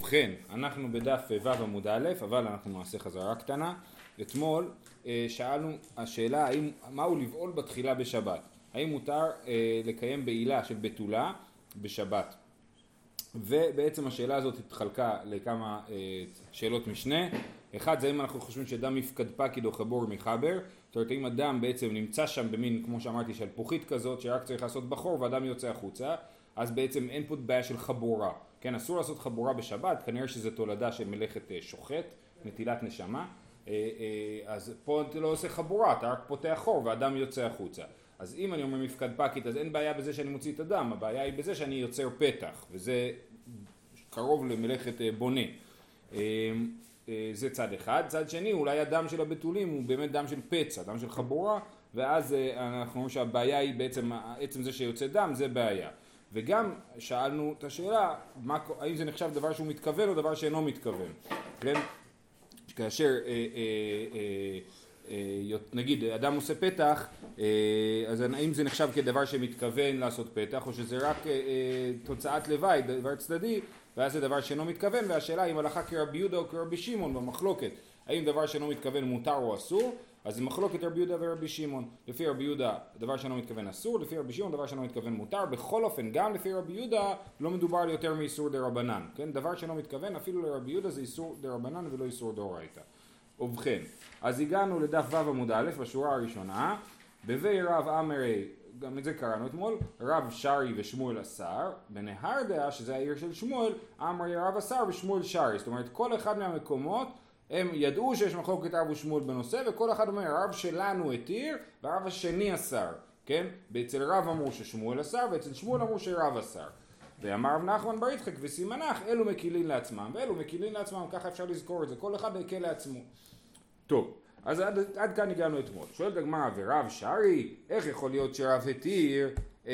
ובכן, אנחנו בדף ו' עמוד א', אבל אנחנו נעשה חזרה קטנה. אתמול שאלנו השאלה מהו לבעול בתחילה בשבת. האם מותר לקיים בעילה של בתולה בשבת? ובעצם השאלה הזאת התחלקה לכמה שאלות משנה. אחד זה אם אנחנו חושבים שדם מפקד פקיד או חבור מחבר, זאת אומרת אם אדם בעצם נמצא שם במין, כמו שאמרתי, של פוחית כזאת שרק צריך לעשות בחור ואדם יוצא החוצה, אז בעצם אין פה בעיה של חבורה. כן, אסור לעשות חבורה בשבת, כנראה שזה תולדה של מלאכת שוחט, נטילת נשמה, אז פה אתה לא עושה חבורה, אתה רק פותח חור ואדם יוצא החוצה. אז אם אני אומר מפקד פקיד, אז אין בעיה בזה שאני מוציא את הדם, הבעיה היא בזה שאני יוצר פתח, וזה קרוב למלאכת בונה. זה צד אחד. צד שני, אולי הדם של הבתולים הוא באמת דם של פצע, דם של חבורה, ואז אנחנו אומרים שהבעיה היא בעצם, עצם זה שיוצא דם, זה בעיה. וגם שאלנו את השאלה, האם זה נחשב דבר שהוא מתכוון או דבר שאינו מתכוון. כן? כאשר נגיד אדם עושה פתח, אז האם זה נחשב כדבר שמתכוון לעשות פתח, או שזה רק תוצאת לוואי, דבר צדדי, ואז זה דבר שאינו מתכוון, והשאלה אם הלכה כרבי יהודה או כרבי שמעון במחלוקת, האם דבר שאינו מתכוון מותר או אסור, אז זה מחלוקת רבי יהודה ורבי שמעון. לפי רבי יהודה דבר שאינו מתכוון אסור, לפי רבי שמעון דבר שאינו מתכוון מותר. בכל אופן גם לפי רבי יהודה לא מדובר על יותר מאיסור דרבנן, כן? דבר שאינו מתכוון אפילו לרבי יהודה זה איסור דרבנן ולא איסור דאורייתא. ובכן, אז הגענו לדף ו' עמוד א' בשורה הראשונה, בבי רב אמרי, גם את זה קראנו אתמול, רב שרי ושמואל אסר, בנהר דעה שזה העיר של שמואל, אמרי רב אסר ושמואל שרי, זאת אומרת כל אחד מהמקומות הם ידעו שיש מחלוקת רב ושמואל בנושא, וכל אחד אומר הרב שלנו התיר והרב השני אסר, כן? אצל רב אמרו ששמואל אסר ואצל שמואל אמרו שרב אסר. ואמר רב נחמן בר יצחק וסימנך, אלו מקילין לעצמם ואלו מקילין לעצמם, ככה אפשר לזכור את זה, כל אחד יקל לעצמו. טוב, אז עד כאן הגענו אתמול. שואלת הגמרא, ורב שרי, איך יכול להיות שרב התיר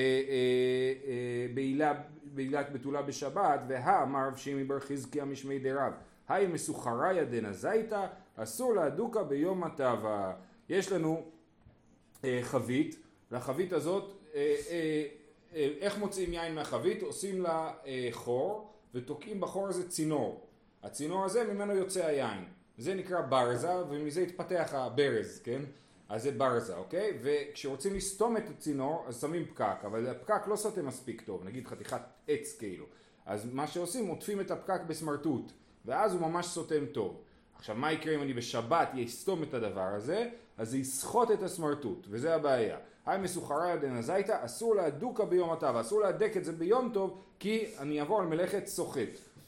בעילת בתולה בשבת, והאמר רב שימי בר חזקיה משמי דרב, היי מסוחריה דנזייתא, אסור להדוקה ביום הטבע. יש לנו חבית, לחבית הזאת, איך מוצאים יין מהחבית? עושים לה חור ותוקעים בחור הזה צינור. הצינור הזה ממנו יוצא היין. זה נקרא ברזה ומזה התפתח הברז, כן? אז זה ברזה, אוקיי? וכשרוצים לסתום את הצינור אז שמים פקק, אבל הפקק לא סותם מספיק טוב, נגיד חתיכת עץ כאילו. אז מה שעושים, עוטפים את הפקק בסמרטוט, ואז הוא ממש סותם טוב. עכשיו מה יקרה אם אני בשבת יסתום את הדבר הזה? אז זה יסחוט את הסמרטוט, וזה הבעיה. היי מסוחריה דנזייתא, אסור להדוקה ביום הטבע, אסור להדק את זה ביום טוב, כי אני אעבור על מלאכת סוחט.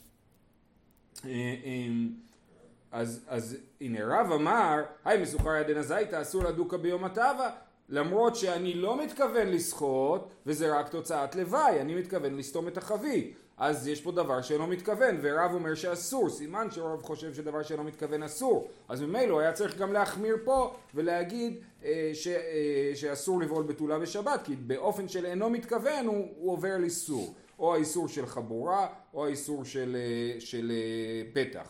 אז הנה רב אמר, היי מסוחריה דנזייתא, אסור להדוקה ביום הטבע, למרות שאני לא מתכוון לסחוט, וזה רק תוצאת לוואי, אני מתכוון לסתום את החבית. אז יש פה דבר שאינו מתכוון, ורב אומר שאסור, סימן שרב חושב שדבר שאינו מתכוון אסור. אז ממילא היה צריך גם להחמיר פה ולהגיד שאסור לבעול בתולה בשבת, כי באופן של אינו מתכוון הוא עובר לאיסור, או האיסור של חבורה, או האיסור של פתח.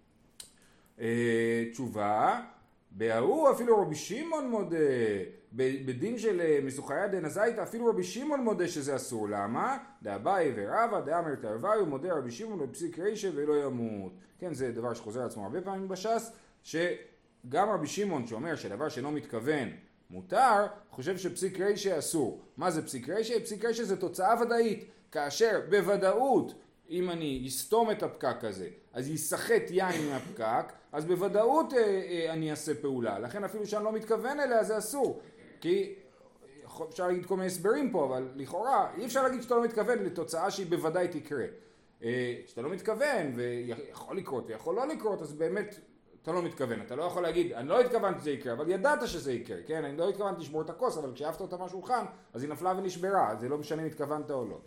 תשובה, בהוא אפילו רבי שמעון מודה, בדין של מסוחריה דנזייתא אפילו רבי שמעון מודה שזה אסור. למה? דאביי ורבא דאמר תרוויו מודה רבי שמעון בפסיק רישא ולא ימות. כן, זה דבר שחוזר עצמו הרבה פעמים בש"ס, שגם רבי שמעון שאומר שדבר שאינו מתכוון מותר, חושב שפסיק רישא אסור. מה זה פסיק רישא? פסיק רישא זה תוצאה ודאית, כאשר בוודאות אם אני אסתום את הפקק הזה, אז יסחט יין מהפקק, אז בוודאות אני אעשה פעולה. לכן אפילו שאני לא מתכוון אליה, זה אסור. כי אפשר להגיד כל מיני הסברים פה, אבל לכאורה אי אפשר להגיד שאתה לא מתכוון לתוצאה שהיא בוודאי תקרה. שאתה לא מתכוון ויכול לקרות ויכול לא לקרות, אז באמת אתה לא מתכוון. אתה לא יכול להגיד, אני לא התכוונתי שזה יקרה, אבל ידעת שזה יקרה. כן? אני לא התכוונתי לשבור את הכוס, אבל כשאהבת אותה מהשולחן, אז היא נפלה ונשברה. זה לא משנה אם התכוונת או לא.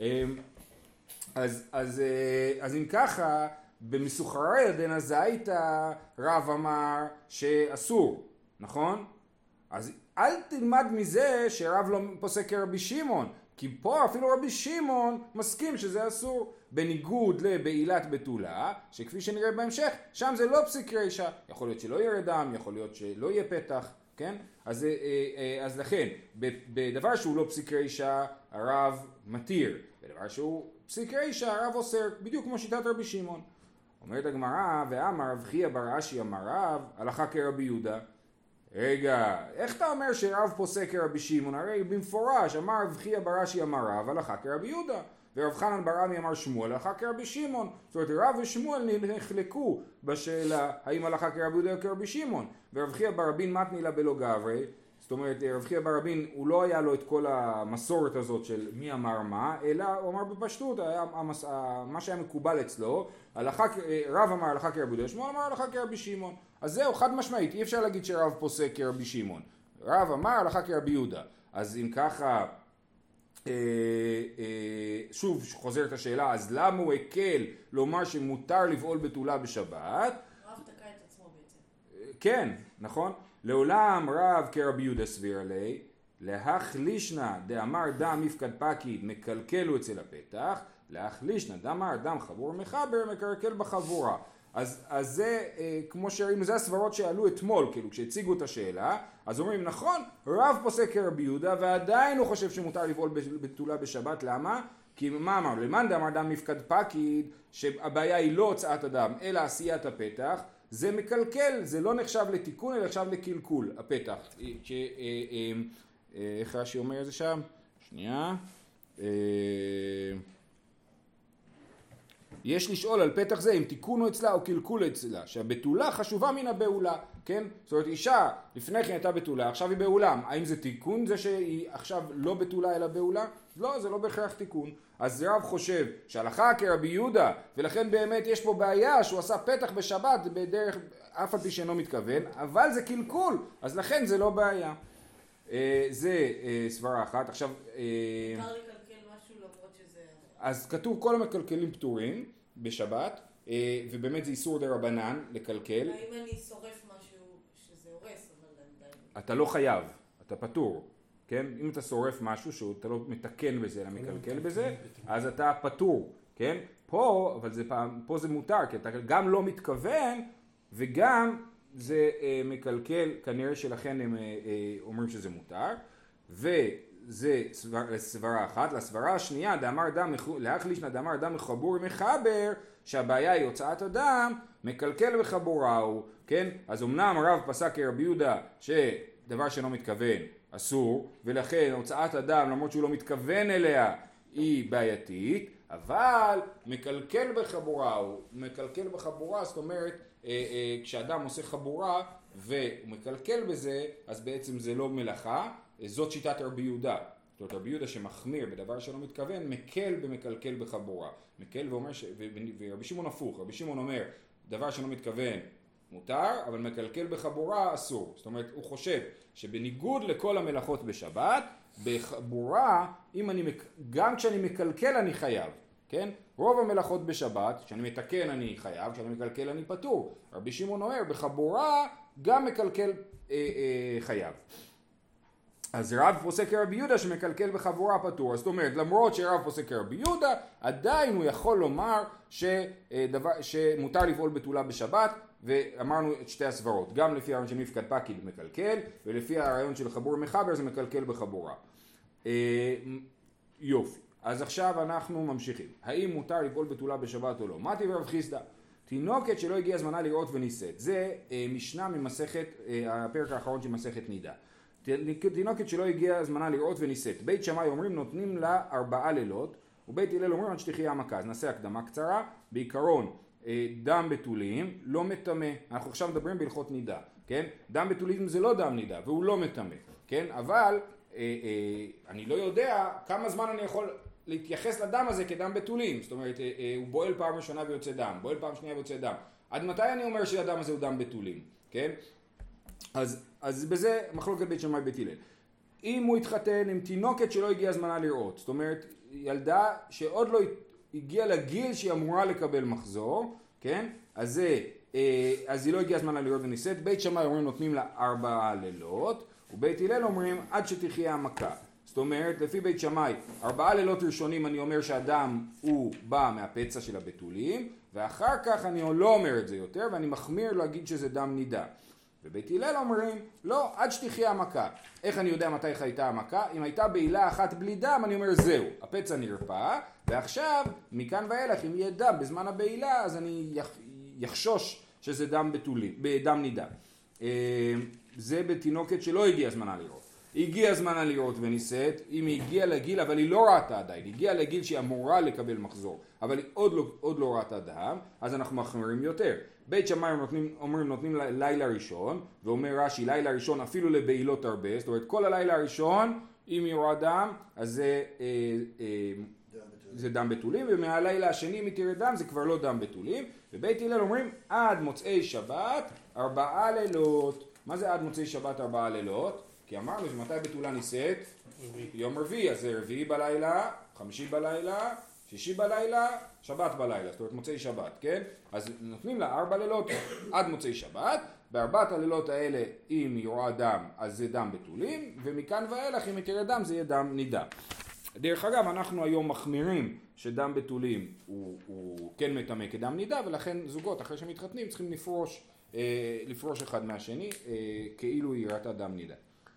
אז אם ככה, במסוחריה דנזייתא רב אמר שאסור, נכון? אז אל תלמד מזה שרב לא פוסק כרבי שמעון, כי פה אפילו רבי שמעון מסכים שזה אסור, בניגוד לבעילת בתולה, שכפי שנראה בהמשך, שם זה לא פסיק רישא, יכול להיות שלא ירד דם, יכול להיות שלא יהיה פתח, כן? אז לכן, בדבר שהוא לא פסיק רישא, הרב מתיר, בדבר שהוא פסיק רישא הרב אוסר, בדיוק כמו שיטת רבי שמעון. אומרת הגמרא, ואמר רב חייא בר אשי אמר רב, הלכה כרבי יהודה. רגע, איך אתה אומר שרב פוסק כרבי שמעון? הרי במפורש אמר רב חייא בר אשי אמר רב, הלכה כרבי יהודה. ורב חנן בר עמי אמר שמואל, הלכה כרבי שמעון. זאת אומרת, רב ושמואל נחלקו בשאלה האם הלכה כרבי יהודה או כרבי שמעון. ורב חייא בר רבין מתני לה בלא גברי. זאת אומרת, רב חייא בר רבין, הוא לא היה לו את כל המסורת הזאת של מי אמר מה, אלא הוא אמר בפשטות, מה שהיה מקובל אצלו, רב אמר הלכה כרבי יהודה, שמואל אמר הלכה כרבי שמעון. אז זהו, חד משמעית, אי אפשר להגיד שרב פוסק כרבי שמעון. רב אמר הלכה כרבי יהודה. אז אם ככה, שוב חוזר את השאלה, אז למה הוא הקל לומר שמותר לבעול בתולה בשבת? רב תקע את עצמו בעצם. כן, נכון? לעולם רב כרבי יהודה סביר עלי, להחלישנה דאמר דם מפקד פקיד מקלקלו אצל הפתח, להחלישנה דאמר דם חבור מחבר מקלקל בחבורה. אז זה, כמו שראינו, זה הסברות שעלו אתמול, כאילו כשהציגו את השאלה, אז אומרים נכון, רב פוסק כרבי יהודה ועדיין הוא חושב שמותר לבעול בתולה בשבת, למה? כי מה אמר? למאן דאמר דם מפקד פקיד, שהבעיה היא לא הוצאת הדם, אלא עשיית הפתח, זה מקלקל, זה לא נחשב לתיקון, אלא נחשב לקלקול, הפתח. איך רש"י אומר זה שם? שנייה. יש לשאול על פתח זה אם תיקונו אצלה או קלקול אצלה, שהבתולה חשובה מן הבעולה, כן? זאת אומרת, אישה לפני כן הייתה בתולה, עכשיו היא בעולם. האם זה תיקון זה שהיא עכשיו לא בתולה אלא בעולה? לא, זה לא בהכרח תיקון. אז רב חושב שהלכה כרבי יהודה, ולכן באמת יש פה בעיה שהוא עשה פתח בשבת בדרך, אף על פי שאינו מתכוון, אבל זה קלקול, אז לכן זה לא בעיה. זה סברה אחת. עכשיו, מותר לקלקל משהו למרות שזה... אז כתוב כל המקלקלים פטורים בשבת, ובאמת זה איסור דרבנן לקלקל. האם אני שורף משהו שזה הורס, אבל אתה לא חייב, אתה פטור. כן? אם אתה שורף משהו שאתה לא מתקן בזה, אלא מקלקל בזה, אז אתה פטור, כן? פה, אבל פה זה מותר, כי אתה גם לא מתכוון, וגם זה מקלקל, כנראה שלכן הם אומרים שזה מותר, וזה סברה אחת. לסברה השנייה, להחלישנה דאמר דם מחבור מחבר, שהבעיה היא הוצאת הדם, מקלקל בחבורה הוא, כן? אז אמנם רב פסק כרבי יהודה, שדבר שאינו מתכוון, אסור, ולכן הוצאת הדם למרות שהוא לא מתכוון אליה היא בעייתית, אבל מקלקל בחבורה, הוא מקלקל בחבורה, זאת אומרת כשאדם עושה חבורה והוא מקלקל בזה, אז בעצם זה לא מלאכה, זאת שיטת רבי יהודה. זאת אומרת רבי יהודה שמחמיר בדבר שלא מתכוון, מקל במקלקל בחבורה, מקל ואומר ורבי שמעון הפוך, רבי שמעון אומר דבר שלא מתכוון מותר, אבל מקלקל בחבורה אסור. זאת אומרת, הוא חושב שבניגוד לכל המלאכות בשבת, בחבורה, גם כשאני מקלקל אני חייב, כן? רוב המלאכות בשבת, כשאני מתקן אני חייב, כשאני מקלקל אני פטור. רבי שמעון אומר, בחבורה גם מקלקל חייב. אז רב פוסק כרבי יהודה שמקלקל בחבורה פטור. זאת אומרת, למרות שרב פוסק כרבי יהודה, עדיין הוא יכול לומר שמותר לבעול בתולה בשבת, ואמרנו את שתי הסברות, גם לפי הרעיון של מפקד פקיד מקלקל, ולפי הרעיון של חבור מחבר זה מקלקל בחבורה. יופי, אז עכשיו אנחנו ממשיכים. האם מותר לבעול בתולה בשבת או לא? מה תברב חיסדא? תינוקת שלא הגיע זמנה לראות ונישאת. זה משנה ממסכת, הפרק האחרון של מסכת נידה. תינוקת שלא הגיע זמנה לראות ונישאת. בית שמאי אומרים נותנים לה 4 לילות, ובית הלל אומרים עד שתחיה המכה. אז נעשה הקדמה קצרה. בעיקרון, דם בתולים לא מטמא. אנחנו עכשיו מדברים בהלכות נידה, כן? דם בתולים זה לא דם נידה, והוא לא מטמא, כן? אבל אני לא יודע כמה זמן אני יכול להתייחס לדם הזה כדם בתולים. זאת אומרת, הוא בועל פעם ראשונה ויוצא דם, בועל פעם שנייה ויוצא דם. עד מתי אני אומר שהדם הזה הוא דם בתולים, כן? אז בזה מחלוקת בית שמאי בית הלל. אם הוא התחתן עם תינוקת שלא הגיע זמנה לראות, זאת אומרת, ילדה שעוד לא הגיעה לגיל שהיא אמורה לקבל מחזור, כן? אז היא לא הגיעה זמנה לראות ונישאת. בית שמאי אומרים נותנים לה 4 לילות, ובית הלל אומרים עד שתחיה המכה. זאת אומרת, לפי בית שמאי, 4 לילות ראשונים אני אומר שהדם הוא בא מהפצע של הבתולים, ואחר כך אני לא אומר את זה יותר, ואני מחמיר להגיד שזה דם נידה. ובית הלל אומרים, לא, עד שתחיה המכה. איך אני יודע מתי הייתה המכה? אם הייתה בעילה אחת בלי דם, אני אומר זהו, הפצע נרפא, ועכשיו, מכאן ואילך, אם יהיה דם בזמן הבעילה, אז אני יחשוש שזה דם נידה. זה בתינוקת שלא הגיע זמנה לראות. הגיע זמנה לראות ונישאת, אם היא הגיעה לגיל, אבל היא לא ראתה עדיין, היא הגיעה לגיל שהיא אמורה לקבל מחזור, אבל היא עוד לא ראתה דם, אז אנחנו מחמירים יותר. בית שמאי נותנים לילה ראשון, ואומר רש"י, לילה ראשון אפילו לבעילות הרבה, זאת אומרת כל הלילה הראשון, אם היא רואה דם, אז זה דם בתולים, ומהלילה השני אם היא תראה דם, זה כבר לא דם בתולים, ובית הלל אומרים עד מוצאי שבת 4 לילות. מה זה עד מוצאי שבת 4 לילות? כי אמרנו שמתי בתולה נישאת? יום רביעי, אז זה רביעי בלילה, חמישי בלילה, שישי בלילה, שבת בלילה, זאת אומרת מוצאי שבת, כן? אז נותנים לה 4 לילות עד מוצאי שבת, ב4 הלילות האלה אם היא רואה דם אז זה דם בתולים, ומכאן ואילך אם היא תראה דם זה יהיה דם נידה. דרך אגב אנחנו היום מחמירים שדם בתולים הוא כן מטמא כדם נידה, ולכן זוגות אחרי שמתחתנים צריכים לפרוש אחד מהשני כאילו היא ראתה דם נידה.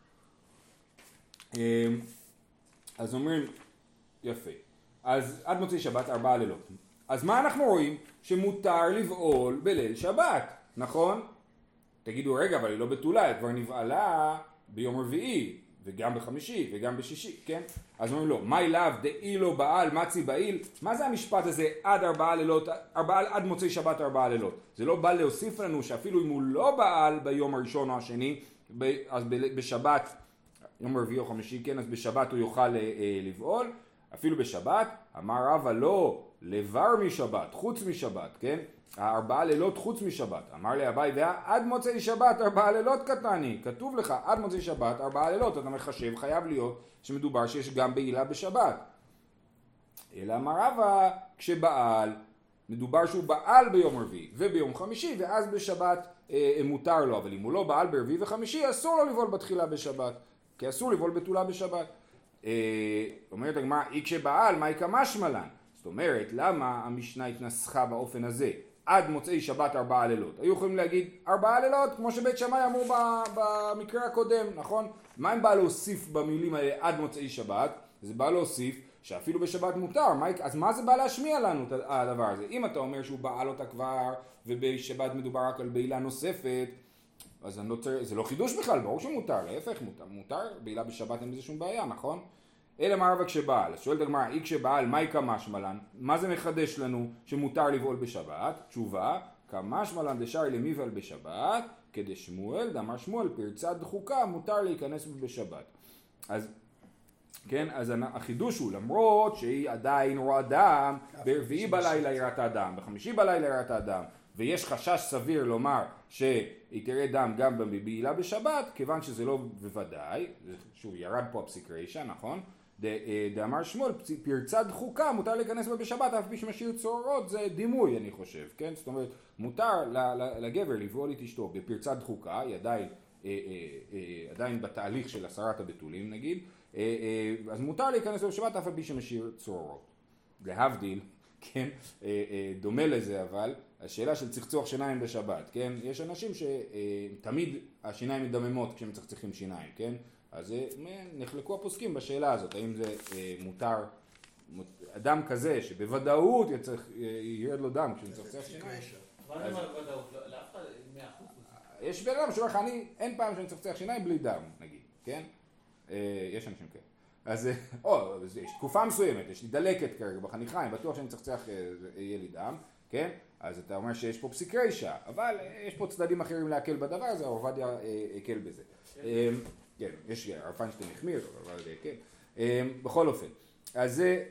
אז אומרים, יפה, אז עד מוצאי שבת 4 לילות. אז מה אנחנו רואים? שמותר לבעול בליל שבת, נכון? תגידו רגע, אבל היא לא בתולה, היא כבר נבעלה ביום רביעי, וגם בחמישי, וגם בשישי, כן? אז אומרים לו, מה אליו, דאי לא בעל, מצי בעיל? מה זה המשפט הזה עד 4 לילות, עד מוצאי שבת 4 לילות? זה לא בא להוסיף לנו שאפילו אם הוא לא בעל ביום הראשון או השני, אז בשבת, יום רביעי או חמישי, כן, אז בשבת הוא יוכל לבעול, אפילו בשבת, אמר רבא לא, לבר משבת, חוץ משבת, כן? 4 לילות חוץ משבת. אמר לי אביי, עד מוצאי שבת 4 לילות קטני, כתוב לך, עד מוצאי שבת 4 לילות, אתה מחשב, חייב להיות שמדובר שיש גם בעילה בשבת. אלא אמר רבא, כשבעל, מדובר שהוא בעל ביום רביעי וביום חמישי, ואז בשבת מותר לו, אבל אם הוא לא בעל ברביעי וחמישי, אסור לו לבעול בתחילה בשבת. כי אסור לבעול בתולה בשבת. אומרת הגמרא, אי כשבעל, מה יקמא שמלן? זאת אומרת, למה המשנה התנסחה באופן הזה? עד מוצאי שבת 4 לילות. היו יכולים להגיד 4 לילות, כמו שבית שמאי אמרו במקרה הקודם, נכון? מה אם בא להוסיף במילים האלה עד מוצאי שבת? זה בא להוסיף שאפילו בשבת מותר. אז מה זה בא להשמיע לנו הדבר הזה? אם אתה אומר שהוא בעל אותה כבר, ובשבת מדובר רק על בעילה נוספת, אז זה לא חידוש בכלל, ברור שמותר, להפך, מותר, בעילה בשבת אין בזה שום בעיה, נכון? אלא מה רבא כשבעל, אז שואלת הגמרא, אי כשבעל, מה יקמא שמלן? מה זה מחדש לנו שמותר לבעול בשבת? תשובה, קמא שמלן דשארי למיבעל בשבת, כדשמואל, דאמר שמואל, פרצה דחוקה, מותר להיכנס בשבת. אז, כן, אז החידוש הוא, למרות שהיא עדיין רואה דם, ברביעי בלילה היא ראתה דם, בחמישי בלילה היא ראתה דם, ויש חשש סביר לומר שהיא תראה דם גם בבעילה בשבת, כיוון שזה לא בוודאי, שוב ירד פה הפסיק רישא, נכון? דאמר שמואל, פרצה דחוקה, מותר להיכנס בה בשבת, אף פי שמשאיר צרורות, זה דימוי אני חושב, כן? זאת אומרת, מותר לגבר לבעול את אשתו בפרצה דחוקה, היא עדיין בתהליך של הסרת הבתולים נגיד, אז מותר להיכנס בה בשבת, אף פי שמשאיר צרורות. להבדיל, כן? דומה לזה אבל, השאלה של צחצוח שיניים בשבת, כן? יש אנשים שתמיד השיניים מדממות כשהם מצחצחים שיניים, כן? אז נחלקו הפוסקים בשאלה הזאת, האם זה מותר, אדם כזה שבוודאות ירד לו דם כשמצחצח שיניים. מה זה בוודאות? לאף אחד 100%. יש בן אדם שאומר לך, אין פעם שאני מצחצח שיניים בלי דם, נגיד, כן? יש אנשים כאלה. אז יש תקופה מסוימת, יש לי דלקת כרגע בחניכיים, בטוח שאני מצחצח יהיה לי דם, כן? אז אתה אומר שיש פה פסיק רישא, אבל יש פה צדדים אחרים להקל בדבר הזה, הרב עובדיה הקל בזה. כן, יש הרב פיינשטיין החמיר, אבל כן. בכל אופן, אז זה,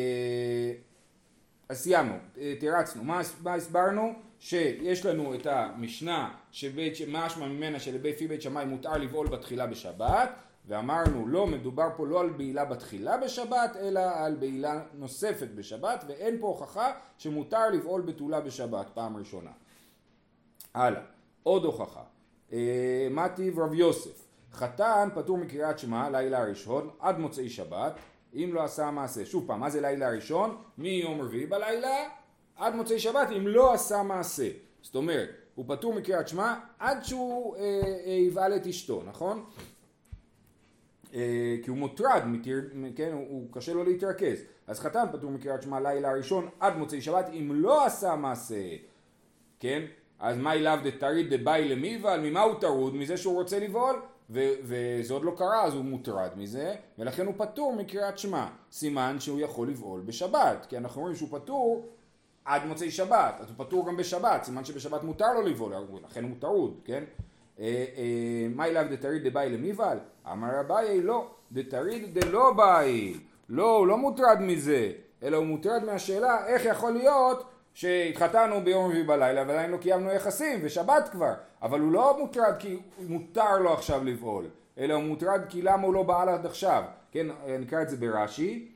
אז סיימנו, תרצנו, מה הסברנו? שיש לנו את המשנה שמשמע ממנה שלפי בית שמאי מותר לבעול בתחילה בשבת, ואמרנו לא מדובר פה לא על בעילה בתחילה בשבת אלא על בעילה נוספת בשבת, ואין פה הוכחה שמותר לבעול בתולה בשבת פעם ראשונה. הלאה, עוד הוכחה. מטיב רב יוסף, חתן פטור מקריאת שמע לילה ראשון עד מוצאי שבת אם לא עשה מעשה. שוב פעם, מה זה לילה ראשון? מיום רביעי בלילה עד מוצאי שבת אם לא עשה מעשה. זאת אומרת, הוא פטור מקריאת שמע עד שהוא יבעל את אשתו, נכון? כי הוא מוטרד, כן, הוא קשה לו להתרכז. אז חתן פטור מקריאת שמע לילה הראשון עד מוצאי שבת אם לא עשה מעשה, כן? אז מה אליו דתריד דבאי למיבל, ממה הוא טרוד? מזה שהוא רוצה לבעול, וזה עוד לא קרה, אז הוא מוטרד מזה, ולכן הוא פטור מקריאת שמע. סימן שהוא יכול לבעול בשבת, כי אנחנו רואים שהוא פטור עד מוצאי שבת, אז הוא פטור גם בשבת, סימן שבשבת מותר לו לבעול, לכן הוא טרוד, כן? מה אליו דתריד דבאי למיבל? אמר אביי לא, דתריד דלא באי, לא, הוא לא מוטרד מזה, אלא הוא מוטרד מהשאלה איך יכול להיות שהתחתנו ביום רביעי בלילה ועדיין לא קיימנו יחסים ושבת כבר, אבל הוא לא מוטרד כי מותר לו עכשיו לבעול, אלא הוא מוטרד כי למה הוא לא בעל עד עכשיו, כן, נקרא את זה ברש"י,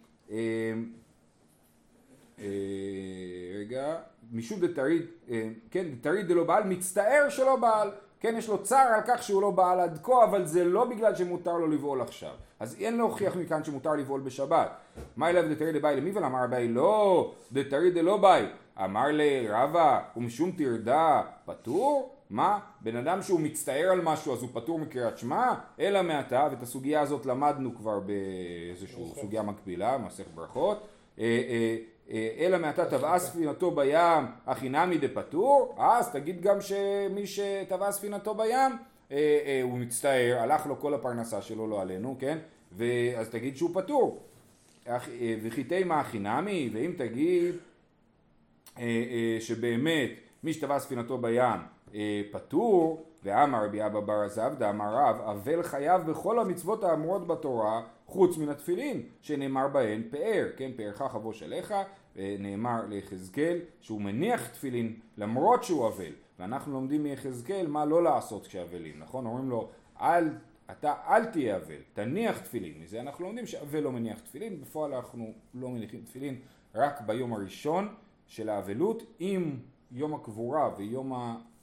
רגע, משום דתריד, כן, דתריד דלא בעל, מצטער שלא בעל, כן, יש לו צער על כך שהוא לא בעל עד כה, אבל זה לא בגלל שמותר לו לבעול עכשיו. אז אין להוכיח מכאן שמותר לבעול בשבת. מה אליו דתריד דבאי למיבל? אמר אביי לא, דתריד דלא באי. אמר לרבא, ומשום תרדה פטור? מה? בן אדם שהוא מצטער על משהו אז הוא פטור מקריאת שמע? אלא מעתה, ואת הסוגיה הזאת למדנו כבר באיזושהי סוגיה מקבילה, מסכת ברכות. אלא מעתה טבעה ספינתו בים החינמי דפטור, אז תגיד גם שמי שטבעה ספינתו בים הוא מצטער, הלך לו כל הפרנסה שלו, לא עלינו, כן? אז תגיד שהוא פטור. וכי תימא החינמי, ואם תגיד שבאמת מי שטבעה ספינתו בים פטור, ואמר רבי אבא בר זבדא אמר רב, אבל חייב בכל המצוות האמורות בתורה חוץ מן התפילין שנאמר בהן פאר, כן, פארך חבוש עליך, נאמר ליחזקאל שהוא מניח תפילין למרות שהוא אבל, ואנחנו לומדים מיחזקאל מה לא לעשות כשאבלים, נכון? אומרים לו אתה אל תהיה אבל, תניח תפילין, מזה אנחנו לומדים שאבל לא מניח תפילין, בפועל אנחנו לא מניחים תפילין רק ביום הראשון של האבלות, אם יום הקבורה ויום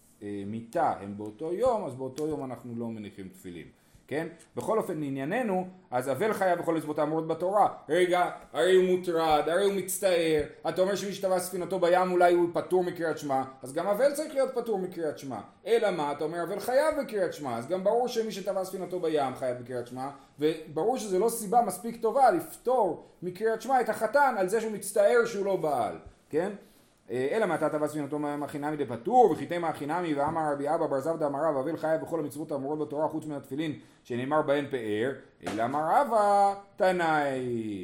המיטה הם באותו יום, אז באותו יום אנחנו לא מניחים תפילין, כן? בכל אופן לענייננו, אז אבל חייב בכל מצוות האמורות בתורה. רגע, הרי הוא מוטרד, הרי הוא מצטער, אתה אומר שמי שטבע ספינתו בים אולי הוא פטור מקריאת שמע, אז גם אבל צריך להיות פטור מקריאת שמע. אלא מה? אתה אומר אבל חייב בקריאת שמע, אז גם ברור שמי שטבע ספינתו בים חייב בקריאת שמע, וברור שזה לא סיבה מספיק טובה לפטור מקריאת שמע את החתן על זה שהוא מצטער שהוא לא בעל, כן? אלא מעתה טבע ספינתו בים החינמי דפטור, וכי תימא החינמי, ואמר רבי אבא בר זבדא אמר רב, אבל חייב בכל המצוות האמורות בתורה חוץ מן התפילין שנאמר בהן פאר, אלא אמר רבא תנאי.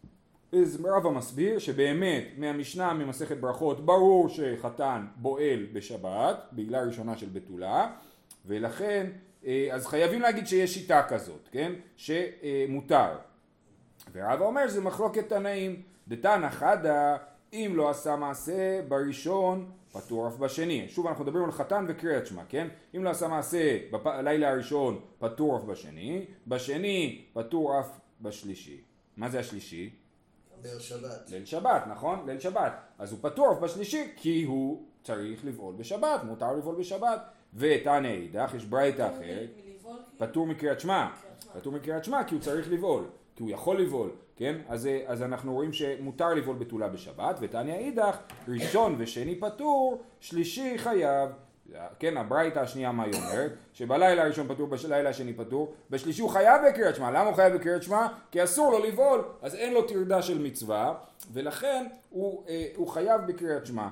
אז רבא מסביר שבאמת מהמשנה ממסכת ברכות ברור שחתן בועל בשבת בגלל ראשונה של בתולה, ולכן אז חייבים להגיד שיש שיטה כזאת, כן, שמותר. ורבא אומר שזה מחלוקת תנאים, דתנא חדא אם לא עשה מעשה בראשון פטור אף בשני. שוב אנחנו מדברים על חתן וקריאת שמע, כן? אם לא עשה מעשה בלילה הראשון פטור אף בשני, בשני פטור אף בשלישי. מה זה השלישי? ליל שבת. ליל שבת, נכון? ליל שבת. אז הוא פטור אף בשלישי כי הוא צריך לבעול בשבת, מותר לבעול בשבת. ותנא אידך, יש ברייתא אחרת, פטור מקריאת שמע. פטור מקריאת שמע כי הוא צריך לבעול, כי הוא יכול לבעול. כן? אז אנחנו רואים שמותר לבעול בתולה בשבת, ותניא אידך, ראשון ושני פטור, שלישי חייב. כן, הברייתא השנייה מה היא אומרת? שבלילה הראשון פטור, בלילה השני פטור, בשלישי הוא חייב בקריאת שמע. למה הוא חייב בקריאת שמע? כי אסור לו לבעול, אז אין לו תרדה של מצווה, ולכן הוא חייב בקריאת שמע.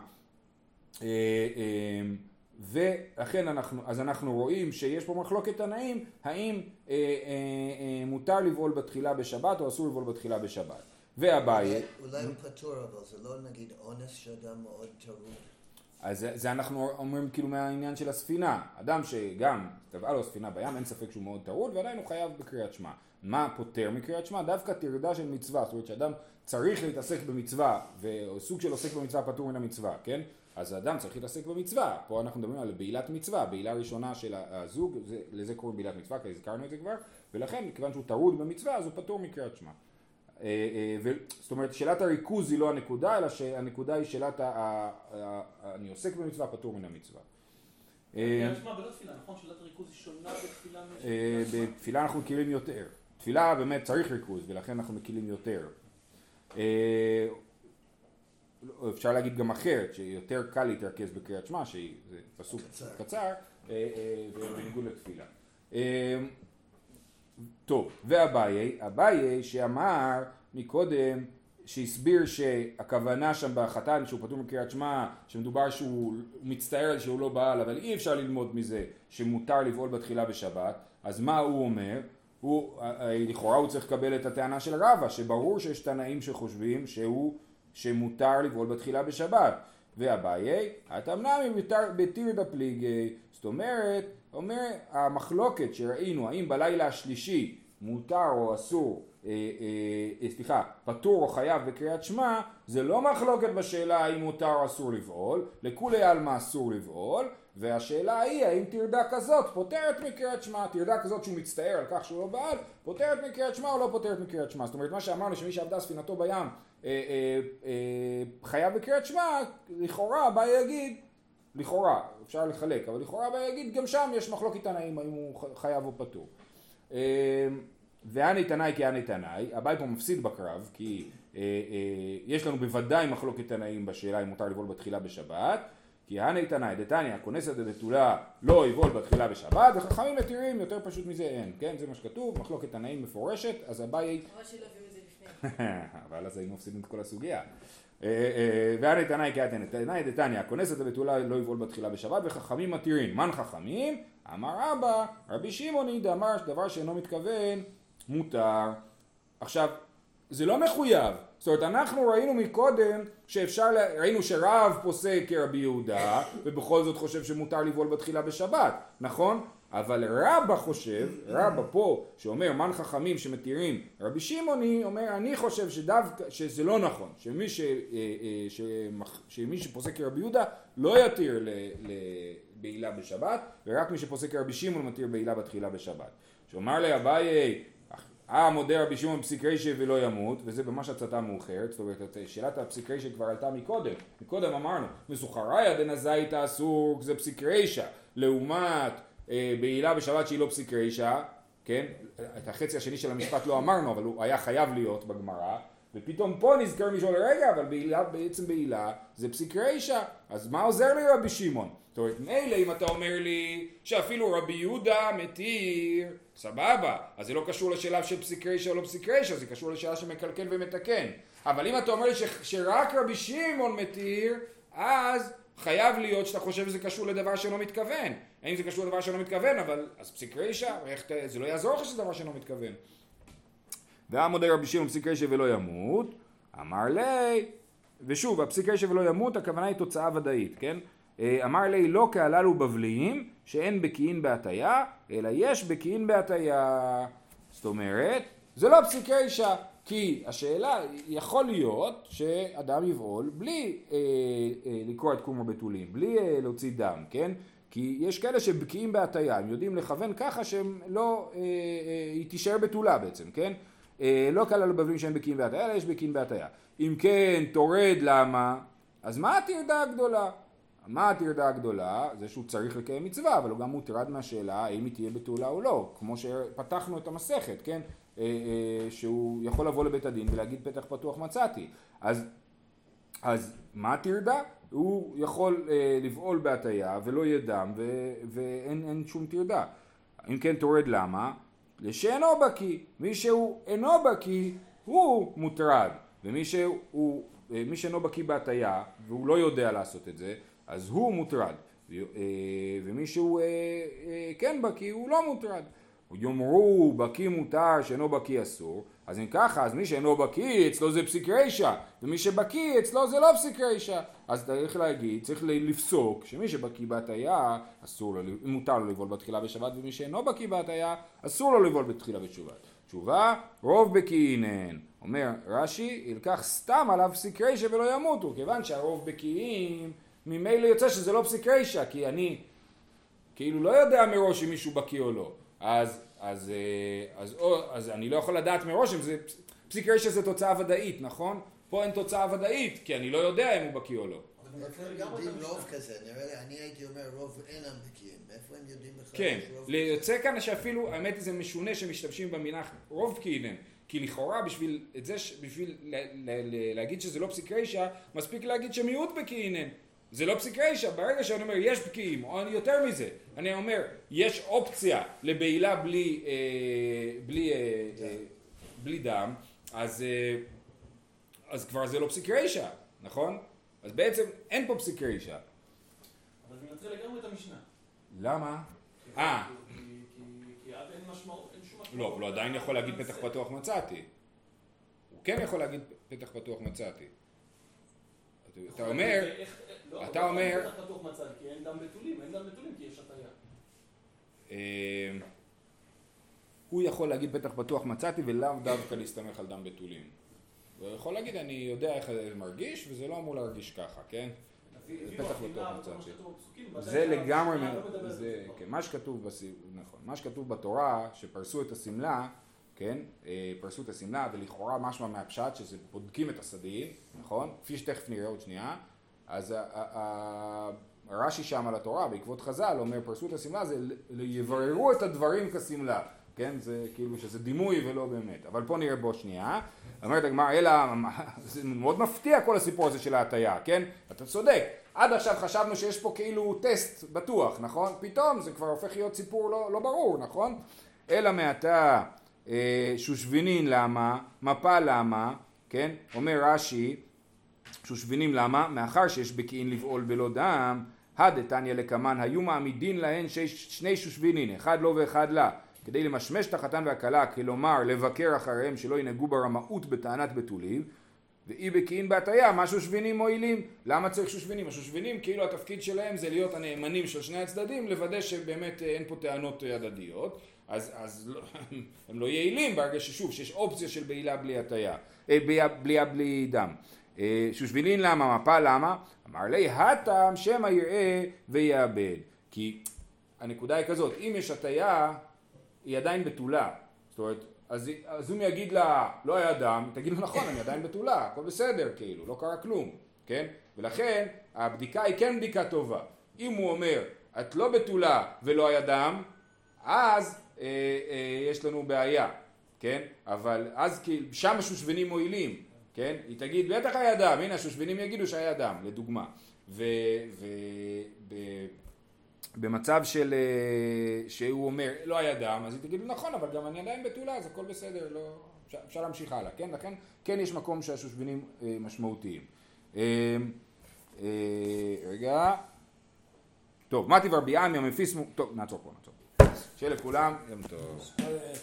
ולכן אנחנו רואים שיש פה מחלוקת תנאים, האם מותר לבעול בתחילה בשבת או אסור לבעול בתחילה בשבת. ואביי, אולי הוא פטור, אבל זה לא נגיד אונס שאדם מאוד טרוד. אז זה אנחנו אומרים כאילו מהעניין של הספינה, אדם שגם טבעה לו הספינה בים, אין ספק שהוא מאוד טרוד ועדיין הוא חייב בקריאת שמע. מה פותר מקריאת שמע? דווקא תרדה של מצווה, זאת אומרת שאדם צריך להתעסק במצווה, וסוג של עוסק במצווה פטור מן המצווה, כן? אז האדם צריך להתעסק במצווה, פה אנחנו מדברים על בעילת מצווה, בעילה ראשונה של הזוג, לזה קוראים בעילת מצווה, כי הזכרנו את זה כבר, ולכן כיוון שהוא טרוד במצווה, אז הוא פטור מקריאת שמע. זאת אומרת, שאלת הריכוז היא לא הנקודה, אלא שהנקודה היא שאלת אני עוסק במצווה, פטור מן המצווה. קריאת שמע בלא תפילה, נכון? שאלת הריכוז היא שונה בתפילה? בתפילה אנחנו מכירים יותר. תפילה באמת צריך ריכוז, ולכן אנחנו מכירים יותר. אפשר להגיד גם אחרת, שיותר קל להתרכז בקריאת שמע, שזה פסוק קצר, ובניגוד לתפילה. טוב, ואביי שאמר מקודם שהסביר שהכוונה שם בחתן שהוא פטור מקריאת שמע, שמדובר שהוא מצטער שהוא לא בעל, אבל אי אפשר ללמוד מזה שמותר לבעול בתחילה בשבת, אז מה הוא אומר? לכאורה הוא צריך לקבל את הטענה של רבא, שברור שיש תנאים שחושבים שמותר לבעול בתחילה בשבת. ואביי, התמנמי בתירדא פליגי, זאת אומרת, המחלוקת שראינו, האם בלילה השלישי מותר או אסור, פטור או חייב בקריאת שמע, זה לא מחלוקת בשאלה האם מותר או אסור לבעול, לכולי עלמא אסור לבעול, והשאלה היא האם תרדה כזאת פותרת מקריאת שמע, תרדה כזאת שהוא מצטער על כך שהוא לא בעל, פותרת מקריאת שמע או לא פותרת מקריאת שמע. זאת אומרת, מה שאמרנו שמי שעבדה ספינתו בים חייב בקריאת שמע, לכאורה בא יגיד, לכאורה אפשר לחלק, אבל לכאורה בא יגיד גם שם יש מחלוקת תנאים האם הוא חייב או פטור. ואני תנאי כי אני תנאי, הבאי פה מפסיד בקרב, כי יש לנו בוודאי מחלוקת תנאים בשאלה אם מותר לבעול בתחילה בשבת, כי אני תנאי דתניא כונסת דתולה לא יבעול בתחילה בשבת, וחכמים מתירים, יותר פשוט מזה אין, כן? זה מה שכתוב, מחלוקת תנאים מפורשת, אז הבאי... אבל שלא הביאו את זה לפני. אבל אז היינו מפסידים את כל הסוגיה. ואני תנאי כי אני תנאי דתניא כונסת דתולה לא יבעול בתחילה בשבת, וחכמים מתירים. מן חכמים? אמר רבא, רבי שמעון דאמר דבר שאינו מתכוון מותר. עכשיו, זה לא מחויב. זאת אומרת, אנחנו ראינו מקודם ראינו שרב פוסק כרבי יהודה, ובכל זאת חושב שמותר לבעול בתחילה בשבת, נכון? אבל רבא חושב, רבא פה, שאומר מן חכמים שמתירים, רבי שמעוני אומר, אני חושב שזה לא נכון, שמי שפוסק כרבי יהודה לא יתיר בעילה בשבת, ורק מי שפוסק כרבי שמעון מתיר בעילה בתחילה בשבת. שאומר לאביי, מודה רבי שמעון פסיק רישא ולא ימות, וזה ממש הצתה מאוחרת, זאת אומרת, שאלת הפסיק רישא כבר עלתה מקודם אמרנו, מסוחריה דנזית אסור, זה פסיק רישא, לעומת בעילה בשבת שהיא לא פסיק רישא, כן? את החצי השני של המשפט לא אמרנו, אבל הוא היה חייב להיות בגמרא, ופתאום פה נזכר מישהו לרגע, אבל בעצם בעילה זה פסיק רישא, אז מה עוזר לי רבי שמעון? זאת אומרת, מילא אם אתה אומר לי שאפילו רבי יהודה מתיר, סבבה, אז זה לא קשור לשאלה של פסיק רישא או לא פסיק רישא, זה קשור לשאלה שמקלקל ומתקן. אבל אם אתה אומר לי שרק רבי שמעון מתיר, אז חייב להיות שאתה חושב שזה קשור לדבר שלא מתכוון. האם זה קשור לדבר שלא מתכוון, אבל אז פסיק רישא, זה לא יעזור לך שזה דבר שלא מתכוון. והמודה רבי שמעון פסיק רישא ולא ימות, אמר לי, ושוב, הפסיק רישא ולא ימות, הכוונה היא תוצאה ודאית, כן? אמר לי לא כהללו בבליים שאין בקיין בהטיה אלא יש בקיין בהטיה. זאת אומרת זה לא פסיק רישא, כי השאלה יכול להיות שאדם יבעול בלי לקרוא את קומר בתולים, בלי להוציא דם, כן? כי יש כאלה שבקיאים בהטיה, הם יודעים לכוון ככה שהם לא, היא תישאר בתולה בעצם, כן? לא כהללו בבליים שאין בקיין בהטיה אלא יש בקיין בהטיה. אם כן תורד למה, אז מה הטרדה הגדולה? מה הטרדה הגדולה? זה שהוא צריך לקיים מצווה, אבל הוא גם מוטרד מהשאלה האם היא תהיה בתולה או לא, כמו שפתחנו את המסכת, כן? שהוא יכול לבוא לבית הדין ולהגיד פתח פתוח מצאתי. אז מה הטרדה? הוא יכול לבעול בהטיה ולא יהיה דם ואין שום טרדה. אם כן תורד למה? לשאינו בקי. מי שהוא אינו בקי הוא מוטרד, ומי שאינו בקי בהטיה והוא לא יודע לעשות את זה, אז הוא מוטרד, ומי שהוא כן בקי הוא לא מוטרד. יאמרו בקי מותר שאינו בקי אסור, אז אם ככה, אז מי שאינו בקי אצלו זה פסיק רישא, ומי שבקי אצלו זה לא פסיק רישא. אז צריך להגיד, צריך לפסוק שמי שבקי בהטיה מותר לו לבעול בתחילה בשבת, ומי שאינו בקי בהטיה אסור לו לבעול בתחילה בשבת. תשובה, רוב בקיינן. אומר רש"י, ילקח סתם עליו פסיק רישא ולא ימותו, כיוון שהרוב בקיאים ממילא יוצא שזה לא פסיק רישא, כי אני כאילו לא יודע מראש אם מישהו בקי או לא. אז אני לא יכול לדעת מראש אם זה פסיק רישא, זה תוצאה ודאית, נכון? פה אין תוצאה ודאית, כי אני לא יודע אם הוא בקי או לא. איפה הם יודעים רוב כזה? נראה לי, אני הייתי אומר רוב אינם בקיאים. איפה הם יודעים בכלל? כן, יוצא כאן שאפילו, האמת זה משונה שמשתמשים במינח רוב בקיאים, כי לכאורה בשביל להגיד שזה לא פסיק רישא, מספיק להגיד שמיעוט בקיאים. זה לא פסיק רישא, ברגע שאני אומר יש בקיאים, או יותר מזה, אני אומר יש אופציה לבעילה בלי דם, אז כבר זה לא פסיק רישא, נכון? אז בעצם אין פה פסיק רישא. אבל זה מנטרל לגמרי את המשנה. למה? כי עד אין משמעות, אין שום משמעות. לא, אבל הוא עדיין יכול להגיד פתח פתוח מצאתי. הוא כן יכול להגיד פתח פתוח מצאתי. אתה אומר, אתה אומר... פתח פתוח מצאתי, כי אין דם בתולים, כי יש הטעיה. הוא יכול להגיד פתח פתוח מצאתי ולאו דווקא להסתמך על דם בתולים. הוא יכול להגיד, אני יודע איך זה מרגיש, וזה לא אמור להרגיש ככה, כן? פתח פתוח מצאתי. זה לגמרי, מה שכתוב בתורה, שפרסו את הסמלה, כן? פרסו את הסמלה, ולכאורה משמע מהפשט, שזה בודקים את הסדין, נכון? כפי שתכף נראה עוד שנייה, אז הרש"י שם על התורה, בעקבות חז"ל, אומר, פרסו את הסמלה, זה יבררו את הדברים כסמלה. כן, זה כאילו שזה דימוי ולא באמת, אבל פה נראה בו שנייה. אומרת הגמרא, אלא, זה מאוד מפתיע כל הסיפור הזה של ההטיה, כן? אתה צודק, עד עכשיו חשבנו שיש פה כאילו טסט בטוח, נכון? פתאום זה כבר הופך להיות סיפור לא ברור, נכון? אלא מעתה שושבינין למה, מפה למה, כן? אומר רש"י, שושבינים למה? מאחר שיש בקיעין לבעול בלא דם, הדתניא לקמן, היו מעמידין להן שני שושבינין, אחד לו ואחד לה. כדי למשמש את החתן והכלה, כלומר לבקר אחריהם שלא ינהגו ברמאות בטענת בתולים, ואי בקיעין בהטיה, מה שושבינים מועילים? למה צריך שושבינים? השושבינים כאילו התפקיד שלהם זה להיות הנאמנים של שני הצדדים, לוודא שבאמת אין פה טענות הדדיות, אז הם לא יעילים ברגע ששוב, שיש אופציה של בעילה בלי הטיה, בליעה בלי דם. שושבינין למה? מפה למה? אמר לי, הטעם שמא יראה ויאבד. כי הנקודה היא כזאת, אם יש הטיה, היא עדיין בתולה. זאת אומרת, אז הוא יגיד לה, לא היה דם, תגיד לו נכון, אני עדיין בתולה, הכל בסדר, כאילו, לא קרה כלום, כן? ולכן, הבדיקה היא כן בדיקה טובה. אם הוא אומר, את לא בתולה ולא היה דם, אז יש לנו בעיה, כן? אבל אז שם השושבינים מועילים, כן? היא תגיד, בטח היה דם, הנה השושבינים יגידו שהיה דם, לדוגמה. במצב של שהוא אומר לא היה דם, אז היא תגיד נכון, אבל גם אני עדיין בתולה, אז הכל בסדר, לא, אפשר להמשיך הלאה, כן? לכן כן יש מקום שהשושבינים משמעותיים. רגע, טוב, מתי ורבי עמי המפיס, טוב, נעצור פה, שיהיה לכולם, יום טוב.